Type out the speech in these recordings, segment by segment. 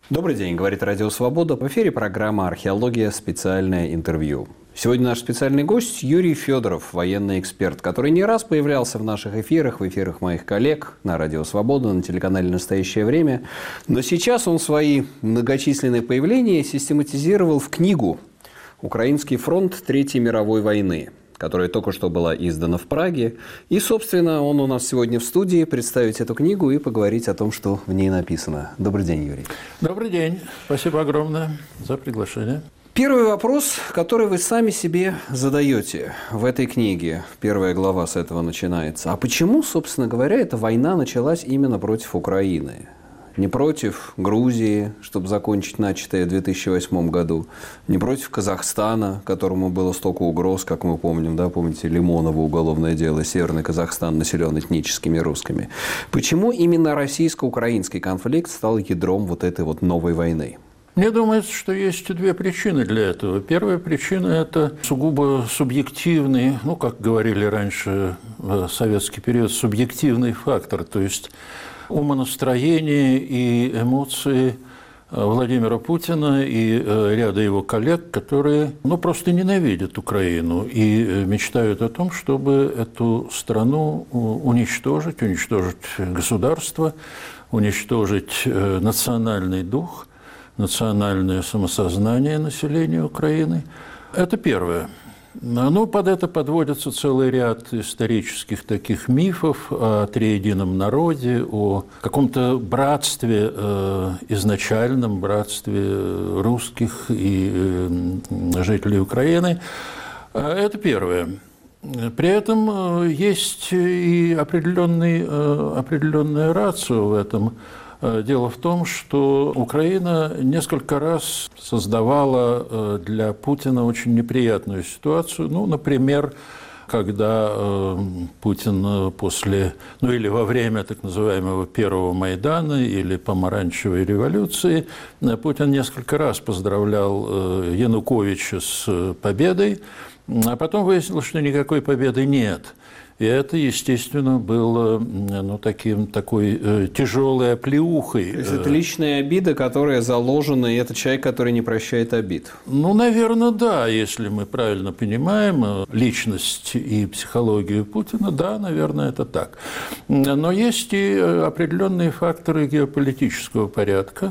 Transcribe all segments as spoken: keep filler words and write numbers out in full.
Добрый день, говорит Радио Свобода. В эфире программа «Археология. Специальное интервью». Сегодня наш специальный гость Юрий Федоров, военный эксперт, который не раз появлялся в наших эфирах, в эфирах моих коллег на Радио Свобода, на телеканале «Настоящее время». Но сейчас он свои многочисленные появления систематизировал в книгу «Украинский фронт Третьей мировой войны», которая только что была издана в Праге. И, собственно, он у нас сегодня в студии представить эту книгу и поговорить о том, что в ней написано. Добрый день, Юрий. Добрый день. Спасибо огромное за приглашение. Первый вопрос, который вы сами себе задаете в этой книге. Первая глава с этого начинается. А почему, собственно говоря, эта война началась именно против Украины? Не против Грузии, чтобы закончить начатое в две тысячи восьмом году, не против Казахстана, которому было столько угроз, как мы помним, да, помните, Лимоново уголовное дело, Северный Казахстан, населен этническими русскими. Почему именно российско-украинский конфликт стал ядром вот этой вот новой войны? Мне думается, что есть две причины для этого. Первая причина – это сугубо субъективный, ну, как говорили раньше в советский период, субъективный фактор, то есть умонастроение и эмоции Владимира Путина и ряда его коллег, которые ну, просто ненавидят Украину и мечтают о том, чтобы эту страну уничтожить, уничтожить государство, уничтожить национальный дух, национальное самосознание населения Украины. Это первое. Ну, под это подводится целый ряд исторических таких мифов о триедином народе, о каком-то братстве, э, изначальном братстве русских и э, жителей Украины. Это первое. При этом есть и определенный, определенная рацио в этом. Дело в том, что Украина несколько раз создавала для Путина очень неприятную ситуацию. Ну, например, когда Путин после, ну или во время так называемого первого Майдана или помаранчевой революции, Путин несколько раз поздравлял Януковича с победой, а потом выяснилось, что никакой победы нет. И это, естественно, было ну, таким, такой э, тяжелой оплеухой. То есть это личная обида, которая заложена, и это человек, который не прощает обид. Ну, наверное, да, если мы правильно понимаем личность и психологию Путина, да, наверное, это так. Но есть и определенные факторы геополитического порядка.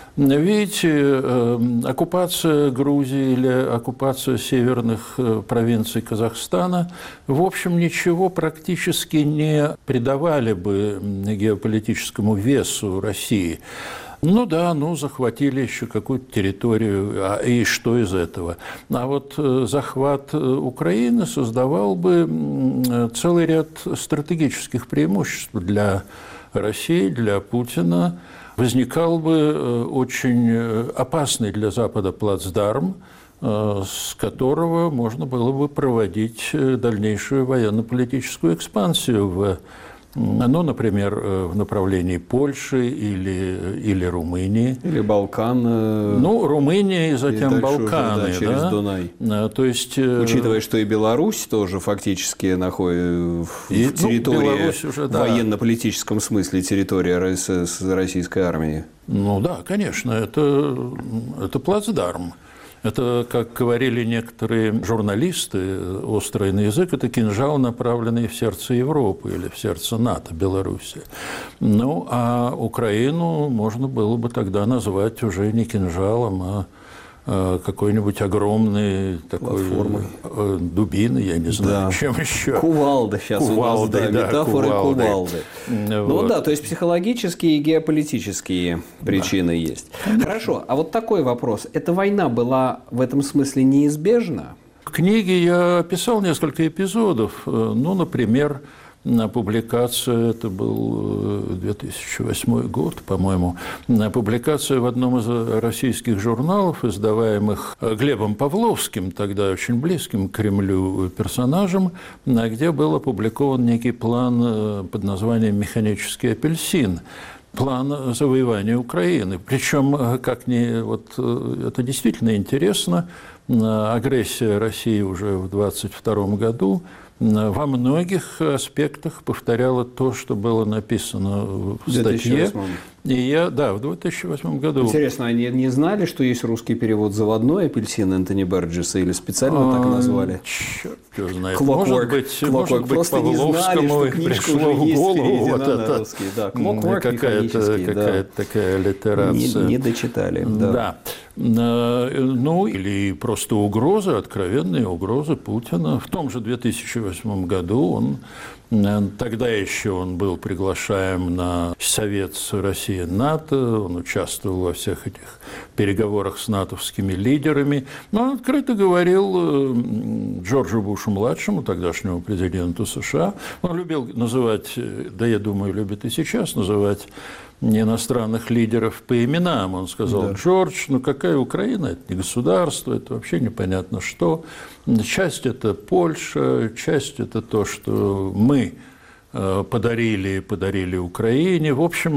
Видите, оккупация Грузии или оккупация северных провинций Казахстана, в общем, ничего практически не придавали бы геополитическому весу России. Ну да, ну захватили еще какую-то территорию, а и что из этого? А вот захват Украины создавал бы целый ряд стратегических преимуществ для России, для Путина. Возникал бы очень опасный для Запада плацдарм, с которого можно было бы проводить дальнейшую военно-политическую экспансию в, ну, например, в направлении Польши или, или Румынии. Или Балкан. Ну, Румыния и затем и Балканы. Уже, да, через да? Дунай. То есть, учитывая, что и Беларусь тоже фактически находится в и, территории, ну, уже, да. в военно-политическом смысле территория российской армии. Ну да, конечно, это, это плацдарм. Это, как говорили некоторые журналисты, острый на язык, это кинжал, направленный в сердце Европы или в сердце НАТО, Белоруссии. Ну, а Украину можно было бы тогда назвать уже не кинжалом, а какой-нибудь огромный такой платформой, дубины, я не знаю, да. чем еще. Кувалда сейчас кувалды, у нас, да, да, метафоры кувалды. кувалды. Вот. Ну да, то есть психологические и геополитические причины да. есть. Хорошо, а вот такой вопрос. Эта война была в этом смысле неизбежна? В книге я описал несколько эпизодов. Ну, например, публикация, это был две тысячи восьмой год, по-моему, публикация в одном из российских журналов, издаваемых Глебом Павловским, тогда очень близким к Кремлю персонажем, где был опубликован некий план под названием «Механический апельсин». План завоевания Украины. Причем, как ни, вот, это действительно интересно, агрессия России уже в двадцать втором году во многих аспектах повторяла то, что было написано в статье. И я, да, в две тысячи восьмом году... Интересно, они не знали, что есть русский перевод «заводной апельсин» Энтони Берджеса, или специально так назвали? Черт его знает. Clockwork. Может быть, Clockwork. может быть Просто не знали, что книжка пришло уже в есть голову вот переведена это. на русский. Да, Clockwork Какая-то, какая-то да. такая литерация. Не, не дочитали. Да. Да. Ну, или просто угрозы, откровенные угрозы Путина. В том же две тысячи восьмом году он, тогда еще он был приглашаем на Совет Россия-НАТО, он участвовал во всех этих переговорах с натовскими лидерами, но он открыто говорил Джорджу Бушу-младшему, тогдашнему президенту США, он любил называть, да я думаю, любит и сейчас называть иностранных лидеров по именам. Он сказал: да. Джордж, ну какая Украина? Это не государство, это вообще непонятно что. Часть – это Польша, часть – это то, что мы подарили, подарили Украине. В общем,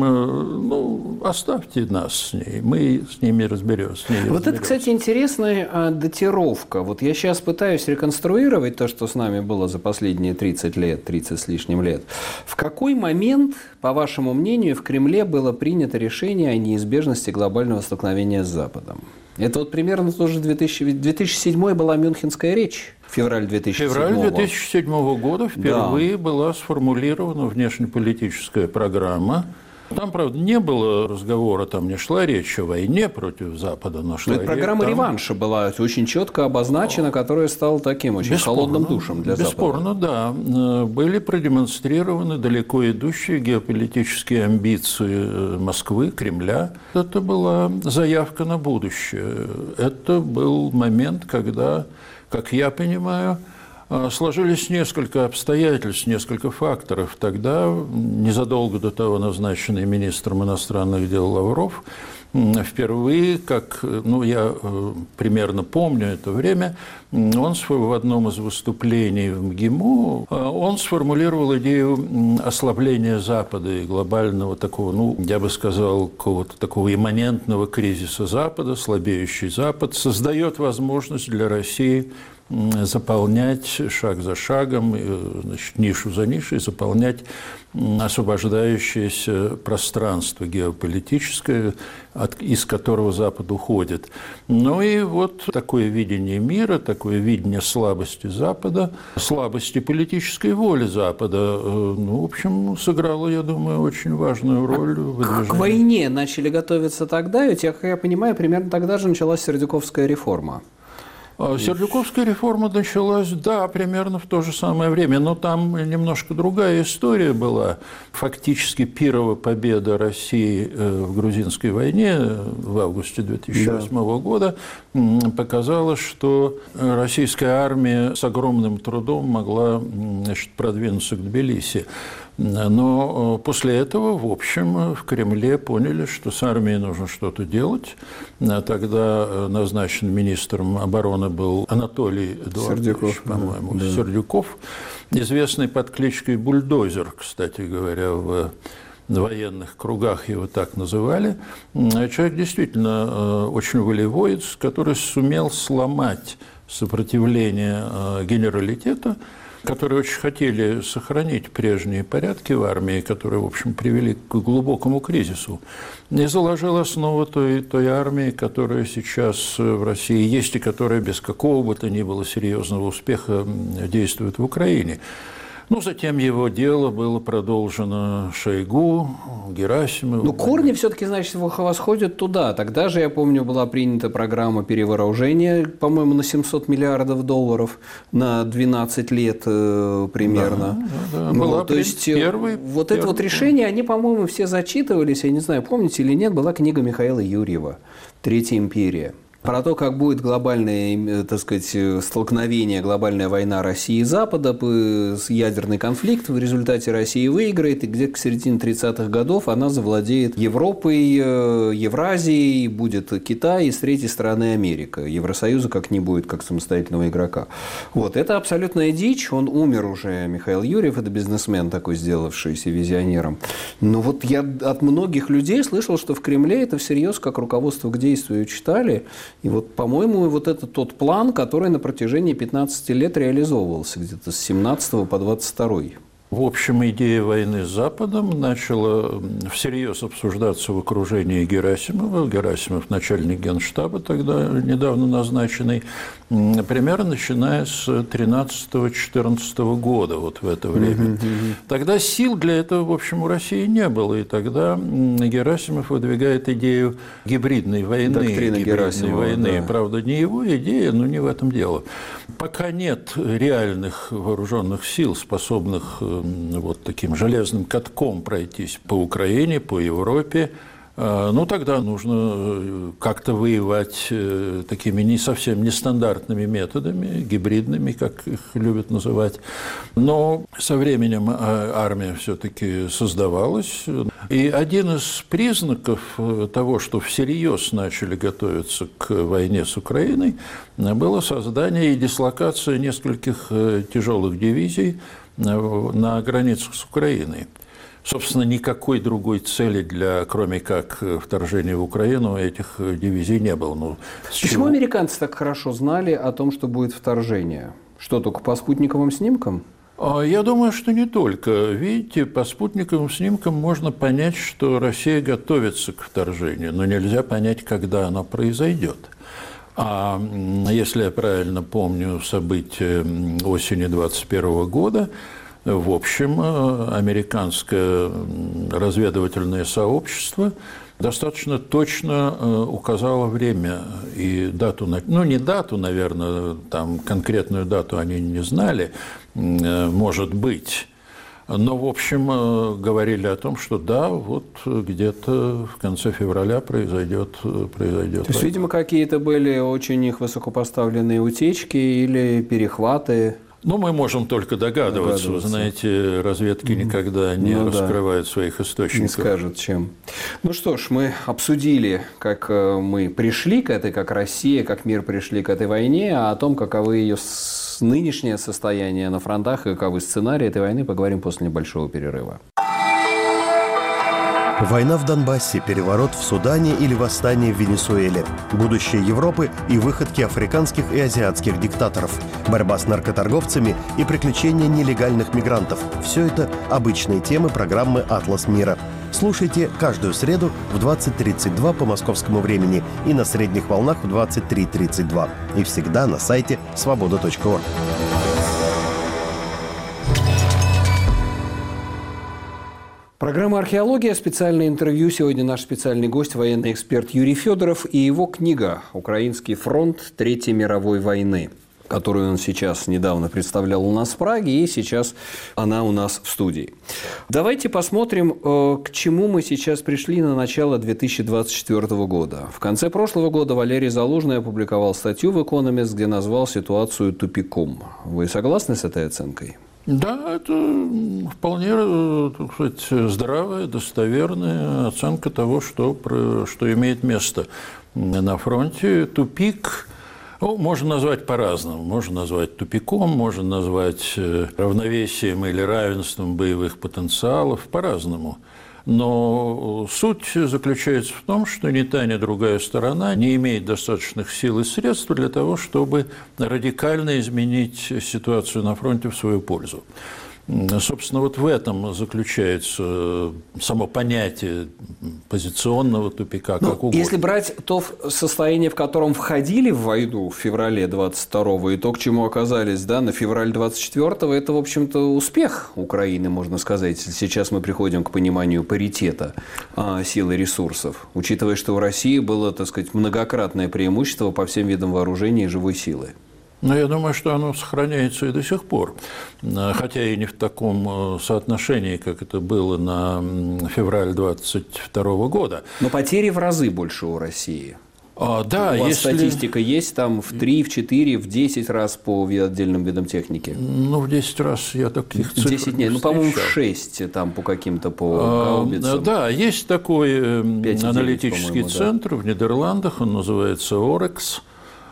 ну, оставьте нас с ней, мы с ними разберемся. С ней вот разберемся. это, кстати, интересная а, датировка. Вот я сейчас пытаюсь реконструировать то, что с нами было за последние тридцать лет, тридцать с лишним лет. В какой момент, по вашему мнению, в Кремле было принято решение о неизбежности глобального столкновения с Западом? Это вот примерно тоже две тысячи, две тысячи седьмой была Мюнхенская речь, февраль две тысячи седьмого. Февраль две тысячи седьмого года впервые да. была сформулирована внешнеполитическая программа. Там, правда, не было разговора, там не шла речь о войне против Запада, но шла речь. Программа там... реванша была очень четко обозначена, которая стала таким очень бесспорно, холодным душем для бесспорно, Запада. Бесспорно, да. Были продемонстрированы далеко идущие геополитические амбиции Москвы, Кремля. Это была заявка на будущее. Это был момент, когда, как я понимаю, сложились несколько обстоятельств, несколько факторов. Тогда, незадолго до того, назначенный министром иностранных дел Лавров впервые, как, ну, я примерно помню это время, он в одном из выступлений в МГИМО, он сформулировал идею ослабления Запада и глобального такого, ну, я бы сказал, какого-то такого имманентного кризиса Запада, слабеющий Запад, создает возможность для России заполнять шаг за шагом, значит, нишу за нишей, заполнять освобождающееся пространство геополитическое, от, из которого Запад уходит. Ну и вот такое видение мира, такое видение слабости Запада, слабости политической воли Запада, ну, в общем, сыграло, я думаю, очень важную роль в выдвижении. К войне начали готовиться тогда, ведь, как я понимаю, примерно тогда же началась Сердюковская реформа. Сердюковская реформа началась, да, примерно в то же самое время, но там немножко другая история была. Фактически первая победа России в грузинской войне в августе две тысячи восьмого да. года показала, что российская армия с огромным трудом могла, значит, продвинуться к Тбилиси. Но после этого, в общем, в Кремле поняли, что с армией нужно что-то делать. Тогда назначен министром обороны был Анатолий Эдуардович, по-моему, да. Сердюков, известный под кличкой Бульдозер, кстати говоря, в военных кругах его так называли. Человек действительно очень волевой, который сумел сломать сопротивление генералитета, которые очень хотели сохранить прежние порядки в армии, которые, в общем, привели к глубокому кризису, и заложил основу той, той армии, которая сейчас в России есть и которая без какого бы то ни было серьезного успеха действует в Украине. Ну, затем его дело было продолжено Шойгу, Герасимовым. Ну, корни все-таки, значит, восходят туда. Тогда же, я помню, была принята программа перевооружения, по-моему, на семьсот миллиардов долларов на двенадцать лет э, примерно. Да, да, да. Ну, была то есть, первый, вот первый, это вот решение, они, по-моему, все зачитывались, я не знаю, помните или нет, была книга Михаила Юрьева «Третья империя». Про то, как будет глобальное, так сказать, столкновение, глобальная война России и Запада, ядерный конфликт, в результате Россия выиграет, и где-то к середине тридцатых годов она завладеет Европой, Евразией, будет Китай, и с третьей стороны Америка. Евросоюза как не будет, как самостоятельного игрока. Вот, это абсолютная дичь, он умер уже, Михаил Юрьев, это бизнесмен такой, сделавшийся визионером. Но вот я от многих людей слышал, что в Кремле это всерьез как руководство к действию читали. И вот, по-моему, вот это тот план, который на протяжении пятнадцати лет реализовывался где-то с семнадцатого по двадцать второй. В общем, идея войны с Западом начала всерьез обсуждаться в окружении Герасимова. Герасимов – начальник Генштаба, тогда недавно назначенный, примерно начиная с тринадцатого-четырнадцатого года, вот в это время. Тогда сил для этого, в общем, у России не было, и тогда Герасимов выдвигает идею гибридной войны. Доктрина гибридной Герасимова, войны. да. Правда, не его идея, но не в этом дело. Пока нет реальных вооруженных сил, способных вот таким железным катком пройтись по Украине, по Европе, ну, тогда нужно как-то воевать такими не совсем нестандартными методами, гибридными, как их любят называть. Но со временем армия все-таки создавалась. И один из признаков того, что всерьез начали готовиться к войне с Украиной, было создание и дислокация нескольких тяжелых дивизий на границах с Украиной. Собственно, никакой другой цели, для, кроме как вторжения в Украину, этих дивизий не было. Ну, Почему чего? американцы так хорошо знали о том, что будет вторжение? Что, только по спутниковым снимкам? Я думаю, что не только. Видите, по спутниковым снимкам можно понять, что Россия готовится к вторжению, но нельзя понять, когда оно произойдет. А если я правильно помню события осени двадцать первого года, в общем, американское разведывательное сообщество достаточно точно указало время и дату, ну, не дату, наверное, там конкретную дату они не знали, может быть, но, в общем, говорили о том, что да, вот где-то в конце февраля произойдет, произойдет. То есть, видимо, какие-то были очень их высокопоставленные утечки или перехваты. Ну, мы можем только догадываться. Вы знаете, разведки никогда не ну, раскрывают да. своих источников. Не скажут, чем. Ну что ж, мы обсудили, как мы пришли к этой, как Россия, как мир пришли к этой войне, а о том, каковы ее нынешнее состояние на фронтах и каковы сценарии этой войны, поговорим после небольшого перерыва. Война в Донбассе, переворот в Судане или восстание в Венесуэле. Будущее Европы и выходки африканских и азиатских диктаторов. Борьба с наркоторговцами и приключения нелегальных мигрантов. Все это обычные темы программы «Атлас мира». Слушайте каждую среду в двадцать тридцать два по московскому времени и на средних волнах в двадцать три тридцать два. И всегда на сайте свобода точка орг. Программа «Археология». Специальное интервью. Сегодня наш специальный гость, военный эксперт Юрий Федоров и его книга «Украинский фронт Третьей мировой войны», которую он сейчас недавно представлял у нас в Праге, и сейчас она у нас в студии. Давайте посмотрим, к чему мы сейчас пришли на начало две тысячи двадцать четвёртого года. В конце прошлого года Валерий Залужный опубликовал статью в «Экономист», где назвал ситуацию тупиком. Вы согласны с этой оценкой? Да, это вполне, так сказать, здравая, достоверная оценка того, что, что имеет место на фронте. Тупик, ну, можно назвать по-разному. Можно назвать тупиком, можно назвать равновесием или равенством боевых потенциалов, по-разному. Но суть заключается в том, что ни та, ни другая сторона не имеет достаточных сил и средств для того, чтобы радикально изменить ситуацию на фронте в свою пользу. Собственно, вот в этом заключается само понятие позиционного тупика, ну, как угодно. Если брать то состояние, в котором входили в войну в феврале двадцать второго, и то, к чему оказались, да, на февраль двадцать четвёртого, это, в общем-то, успех Украины, можно сказать. Сейчас мы приходим к пониманию паритета а, сил и ресурсов, учитывая, что у России было, так сказать, многократное преимущество по всем видам вооружения и живой силы. Но я думаю, что оно сохраняется и до сих пор, хотя и не в таком соотношении, как это было на февраль двадцать второго года. Но потери в разы больше у России. А, да, у вас если... статистика есть там в три, в четыре, в десять раз по отдельным видам техники? Ну, в десять раз я таких цифр десять нет, не ну, по-моему, в шесть там по каким-то, по гаубицам. А, да, есть такой пять, аналитический девять, центр да. в Нидерландах, он называется Орекс.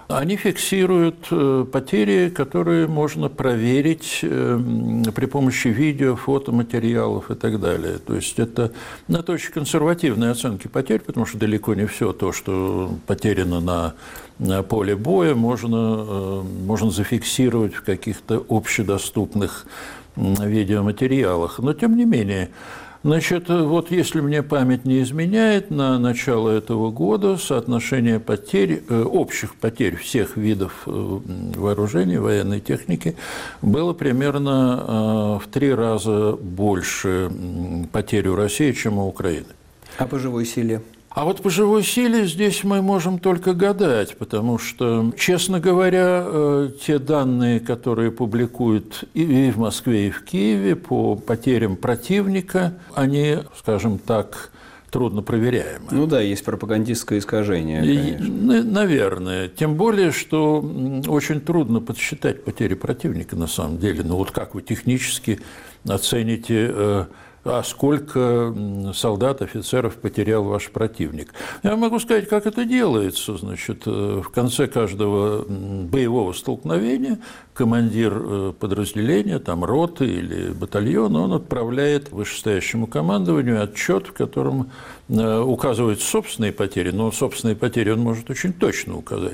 Они фиксируют потери, которые можно проверить при помощи видео, фотоматериалов и так далее. То есть это, это очень консервативные оценки потерь, потому что далеко не все то, что потеряно на, на поле боя, можно, можно зафиксировать в каких-то общедоступных видеоматериалах. Но тем не менее, значит, вот если мне память не изменяет, на начало этого года соотношение потерь, общих потерь всех видов вооружений, военной техники было примерно в три раза больше потерь у России, чем у Украины. А по живой силе? А вот по живой силе здесь мы можем только гадать, потому что, честно говоря, те данные, которые публикуют и в Москве, и в Киеве по потерям противника, они, скажем так, трудно проверяемы. Ну да, есть пропагандистское искажение, конечно. Наверное. Тем более, что очень трудно подсчитать потери противника на самом деле. Ну вот как вы технически оцените... А сколько солдат, офицеров потерял ваш противник? Я могу сказать, как это делается. Значит, в конце каждого боевого столкновения командир подразделения, там, роты или батальона, он отправляет вышестоящему командованию отчет, в котором указывают собственные потери, но собственные потери он может очень точно указать.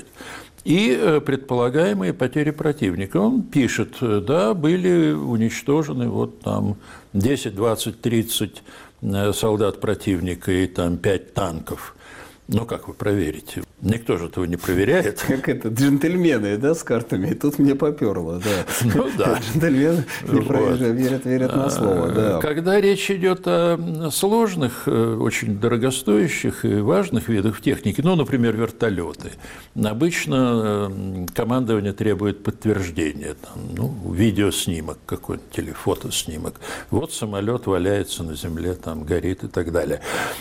И предполагаемые потери противника. Он пишет, да, были уничтожены вот там десять, двадцать, тридцать солдат противника и там пять танков. Ну, как вы проверите? Никто же этого не проверяет. Как это, джентльмены, да, с картами? И тут мне поперло, да. Ну, да. Джентльмены не проверяют, верят, верят на слово, да. Когда речь идет о сложных, очень дорогостоящих и важных видах техники, ну, например, вертолеты, обычно командование требует подтверждения, там, ну, видеоснимок какой-нибудь или фотоснимок. Вот самолет валяется на земле, там, горит и так далее.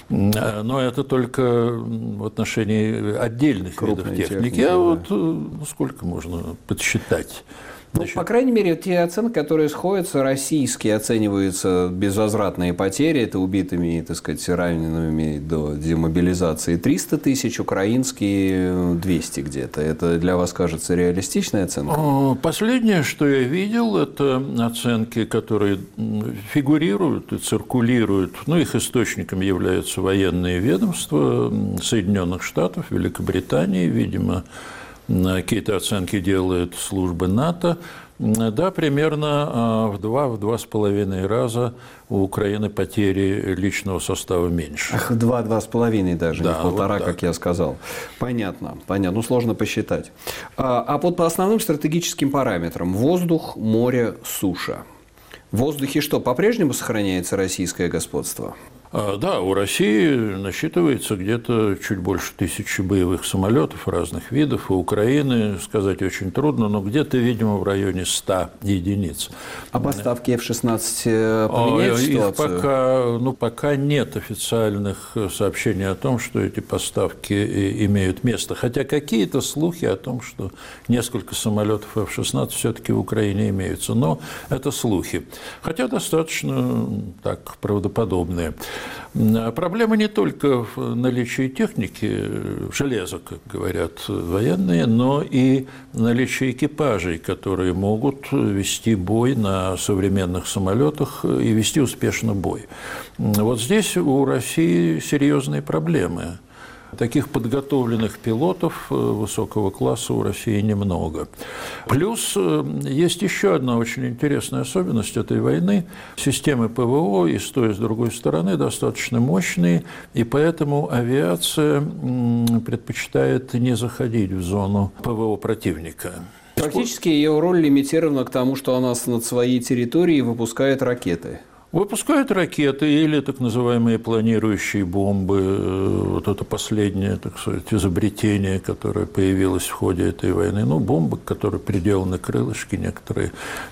Но это только в отношении отдельных видов техники. техники. А да. вот ну, сколько можно подсчитать? Ну, по крайней мере, те оценки, которые сходятся, российские оцениваются безвозвратные потери, это убитыми, так сказать, ранеными до демобилизации триста тысяч, украинские двести где-то. Это для вас кажется реалистичная оценка? Последнее, что я видел, это оценки, которые фигурируют и циркулируют. Ну, их источниками являются военные ведомства Соединенных Штатов, Великобритании, видимо, какие-то оценки делают службы НАТО. Да, примерно в два, в два с половиной раза у Украины потери личного состава меньше. Ах, два, два с половиной даже, да, не полтора, вот как я сказал. Понятно, понятно. Ну, сложно посчитать. А, а вот по основным стратегическим параметрам: воздух, море, суша. В воздухе что, по-прежнему сохраняется российское господство? Да, у России насчитывается где-то чуть больше тысячи боевых самолетов разных видов. У Украины сказать очень трудно, но где-то, видимо, в районе ста единиц. А поставки эф шестнадцать поменяют ситуацию? Их пока, ну, пока нет официальных сообщений о том, что эти поставки имеют место. Хотя какие-то слухи о том, что несколько самолетов эф шестнадцать все-таки в Украине имеются. Но это слухи. Хотя достаточно так правдоподобные. Проблема не только в наличии техники, железа, как говорят военные, но и наличие экипажей, которые могут вести бой на современных самолетах и вести успешно бой. Вот здесь у России серьезные проблемы. Таких подготовленных пилотов высокого класса у России немного. Плюс есть еще одна очень интересная особенность этой войны. Системы ПВО и с той, и с другой стороны достаточно мощные, и поэтому авиация предпочитает не заходить в зону ПВО противника. Практически ее роль лимитирована к тому, что она над своей территорией выпускает ракеты. Выпускают ракеты или так называемые планирующие бомбы. Вот это последнее, так сказать, изобретение, которое появилось в ходе этой войны. Ну, бомбы, к которой приделаны крылышки некоторые,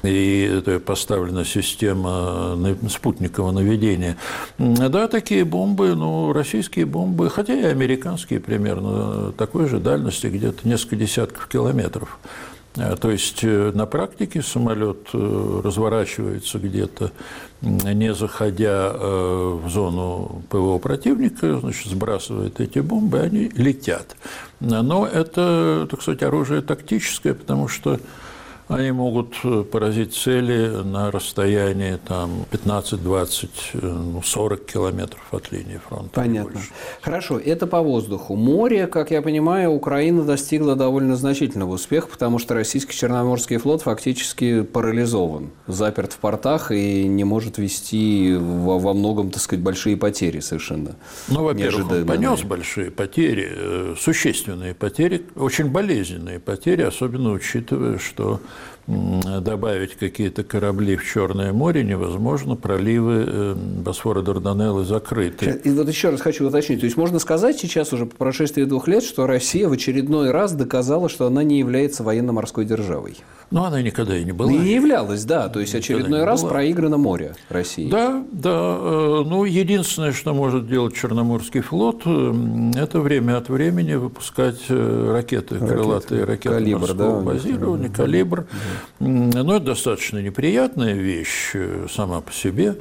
и это поставлена система спутникового наведения. Да, такие бомбы, ну, российские бомбы, хотя и американские примерно такой же дальности, где-то несколько десятков километров. То есть на практике самолет разворачивается где-то, не заходя в зону ПВО противника, значит, сбрасывает эти бомбы, они летят. Но это, так сказать, оружие тактическое, потому что они могут поразить цели на расстоянии там, пятнадцать, двадцать, сорок километров от линии фронта. Понятно. Хорошо, это по воздуху. Море, как я понимаю, Украина достигла довольно значительного успеха, потому что российский Черноморский флот фактически парализован, заперт в портах и не может вести во, во многом, так сказать, большие потери совершенно. Ну, во-первых, он понес большие потери, существенные потери, очень болезненные потери, особенно учитывая, что добавить какие-то корабли в Черное море невозможно, проливы Босфора, Дарданеллы закрыты. И вот еще раз хочу уточнить, то есть можно сказать сейчас уже по прошествии двух лет, что Россия в очередной раз доказала, что она не является военно-морской державой? Ну, она никогда и не была. И не являлась, да, то есть очередной раз была. Проиграно море России. Да, да. Ну, единственное, что может делать Черноморский флот, это время от времени выпускать ракеты, ракеты. крылатые ракеты «Калибр», морского да, базирования, да. «Калибр». Да. Но это достаточно неприятная вещь сама по себе.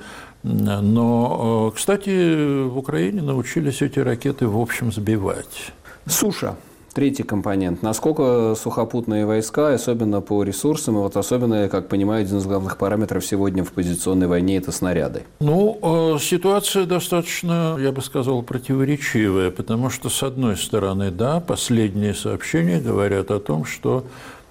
Но, кстати, в Украине научились эти ракеты, в общем, сбивать. Суша. Третий компонент. Насколько сухопутные войска, особенно по ресурсам, и вот особенно, как понимаю, один из главных параметров сегодня в позиционной войне – это снаряды? Ну, ситуация достаточно, я бы сказал, противоречивая, потому что, с одной стороны, да, последние сообщения говорят о том, что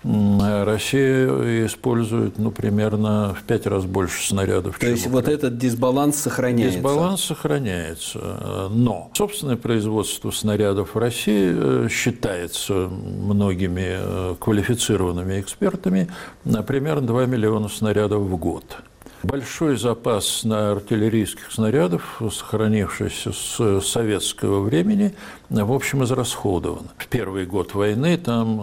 Россия использует, ну, примерно в пять раз больше снарядов, То чем есть Украина. Вот этот дисбаланс сохраняется? Дисбаланс сохраняется. Но собственное производство снарядов в России считается многими квалифицированными экспертами на примерно два миллиона снарядов в год. Большой запас на артиллерийских снарядов, сохранившийся с советского времени, в общем, израсходован. В первый год войны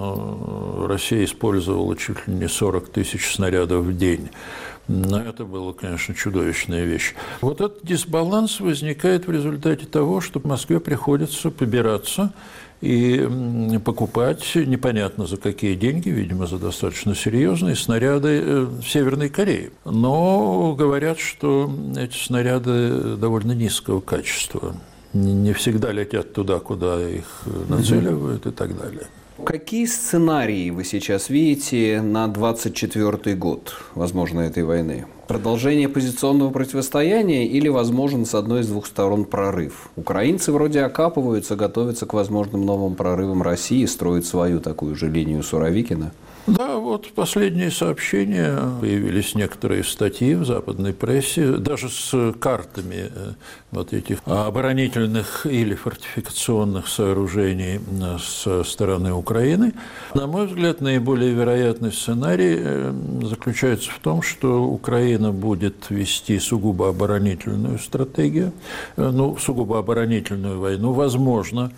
там Россия использовала чуть ли не сорок тысяч снарядов в день. Но это было, конечно, чудовищная вещь. Вот этот дисбаланс возникает в результате того, что в Москве приходится побираться и покупать непонятно за какие деньги, видимо, за достаточно серьезные снаряды в Северной Корее. Но говорят, что эти снаряды довольно низкого качества. Не всегда летят туда, куда их нацеливают и так далее. Какие сценарии вы сейчас видите на двадцать четвёртый год, возможно, этой войны? Продолжение позиционного противостояния или, возможен, с одной из двух сторон прорыв? Украинцы вроде окапываются, готовятся к возможным новым прорывам России, строят свою такую же линию Суровикина. Да, вот последние сообщения, появились некоторые статьи в западной прессе, даже с картами вот этих оборонительных или фортификационных сооружений со стороны Украины. На мой взгляд, наиболее вероятный сценарий заключается в том, что Украина будет вести сугубо оборонительную стратегию, ну, сугубо оборонительную войну, возможно,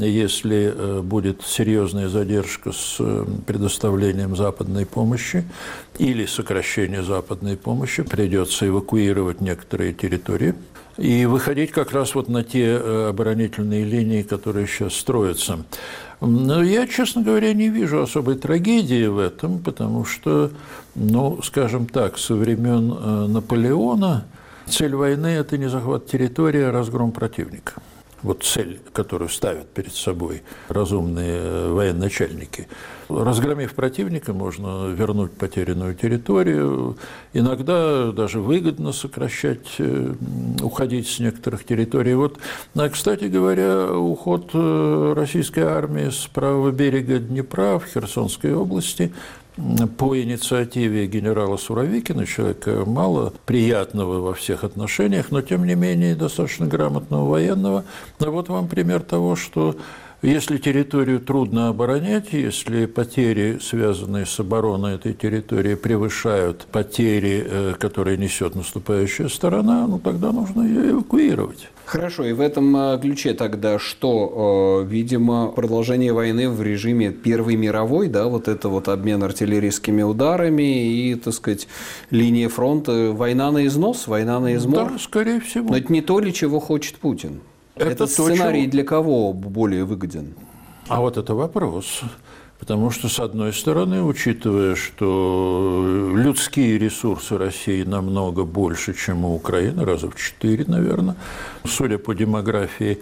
если будет серьезная задержка с предоставлением западной помощи или сокращение западной помощи, придется эвакуировать некоторые территории и выходить как раз вот на те оборонительные линии, которые сейчас строятся. Но я, честно говоря, не вижу особой трагедии в этом, потому что, ну, скажем так, со времен Наполеона цель войны – это не захват территории, а разгром противника. Вот цель, которую ставят перед собой разумные военачальники. Разгромив противника, можно вернуть потерянную территорию. Иногда даже выгодно сокращать, уходить с некоторых территорий. Вот, а, кстати говоря, уход российской армии с правого берега Днепра в Херсонской области по инициативе генерала Суровикина, человека мало приятного во всех отношениях, но, тем не менее, достаточно грамотного военного. А вот вам пример того, что если территорию трудно оборонять, если потери, связанные с обороной этой территории, превышают потери, которые несет наступающая сторона, ну тогда нужно ее эвакуировать. Хорошо, и в этом ключе тогда что? Видимо, продолжение войны в режиме Первой мировой, да, вот это вот обмен артиллерийскими ударами и, так сказать, линия фронта, война на износ, война на измор? Да, скорее всего. Но это не то ли, чего хочет Путин? Это Этот сценарий чего... для кого более выгоден? А вот это вопрос. Потому что, с одной стороны, учитывая, что людские ресурсы России намного больше, чем у Украины, раза в четыре, наверное, судя по демографии,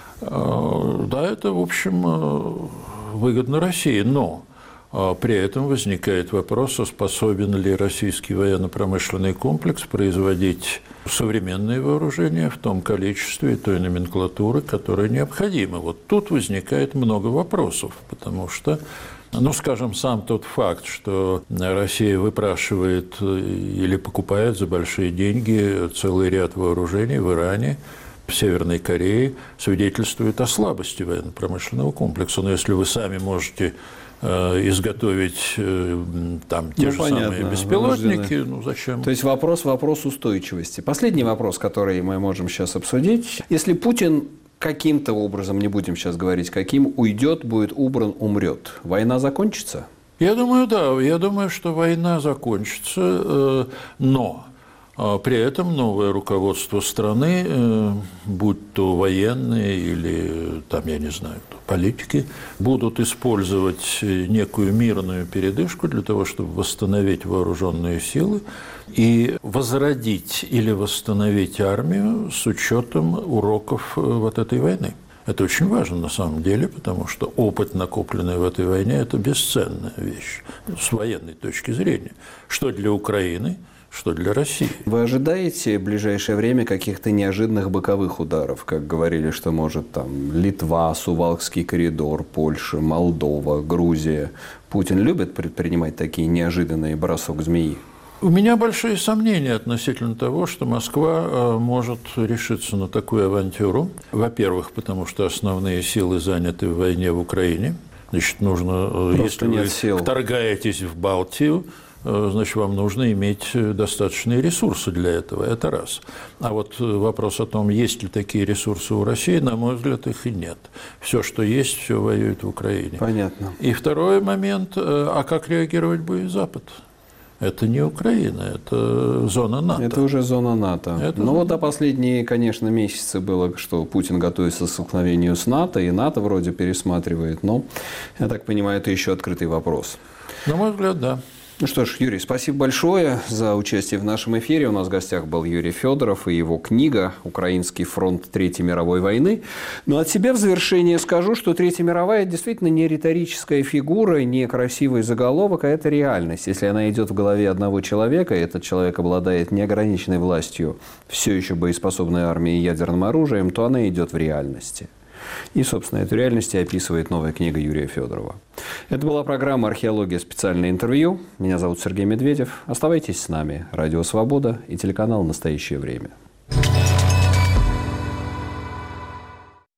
да, это, в общем, выгодно России. Но при этом возникает вопрос, способен ли российский военно-промышленный комплекс производить современные вооружения в том количестве и той номенклатуры, которая необходима. Вот тут возникает много вопросов, потому что, ну, скажем, сам тот факт, что Россия выпрашивает или покупает за большие деньги целый ряд вооружений в Иране, в Северной Корее, свидетельствует о слабости военно-промышленного комплекса. Но если вы сами можете изготовить там те ну, же понятно, самые беспилотники, вынуждены. Ну зачем? То есть вопрос, вопрос устойчивости. Последний вопрос, который мы можем сейчас обсудить. Если Путин каким-то образом, не будем сейчас говорить каким, уйдет, будет убран, умрет, война закончится? Я думаю, да. Я думаю, что война закончится, но при этом новое руководство страны, будь то военные или, там, я не знаю, политики, будут использовать некую мирную передышку для того, чтобы восстановить вооруженные силы и возродить или восстановить армию с учетом уроков вот этой войны. Это очень важно на самом деле, потому что опыт, накопленный в этой войне, это бесценная вещь с военной точки зрения. Что для Украины, что для России. Вы ожидаете в ближайшее время каких-то неожиданных боковых ударов, как говорили, что может там Литва, Сувалкский коридор, Польша, Молдова, Грузия? Путин любит предпринимать такие неожиданные бросок змеи? У меня большие сомнения относительно того, что Москва может решиться на такую авантюру. Во-первых, потому что основные силы заняты в войне в Украине. Значит, нужно, Просто если вы сил. вторгаетесь в Балтию, значит, вам нужно иметь достаточные ресурсы для этого. Это раз. А вот вопрос о том, есть ли такие ресурсы у России, на мой взгляд, их и нет. Все, что есть, все воюет в Украине. Понятно. И второй момент, а как реагировать будет Запад? Это не Украина, это зона НАТО. Это уже зона НАТО. Это Но зона... вот, а последние, конечно, месяцы было, что Путин готовится к столкновению с НАТО, и НАТО вроде пересматривает. Но, я так понимаю, это еще открытый вопрос. На мой взгляд, да. Ну что ж, Юрий, спасибо большое за участие в нашем эфире. У нас в гостях был Юрий Федоров и его книга «Украинский фронт Третьей мировой войны». Но от себя в завершение скажу, что Третья мировая действительно не риторическая фигура, не красивый заголовок, а это реальность. Если она идет в голове одного человека, и этот человек обладает неограниченной властью, все еще боеспособной армией и ядерным оружием, то она идет в реальности. И, собственно, эту реальность описывает новая книга Юрия Федорова. Это была программа «Археология. Специальное интервью». Меня зовут Сергей Медведев. Оставайтесь с нами. Радио «Свобода» и телеканал «Настоящее время».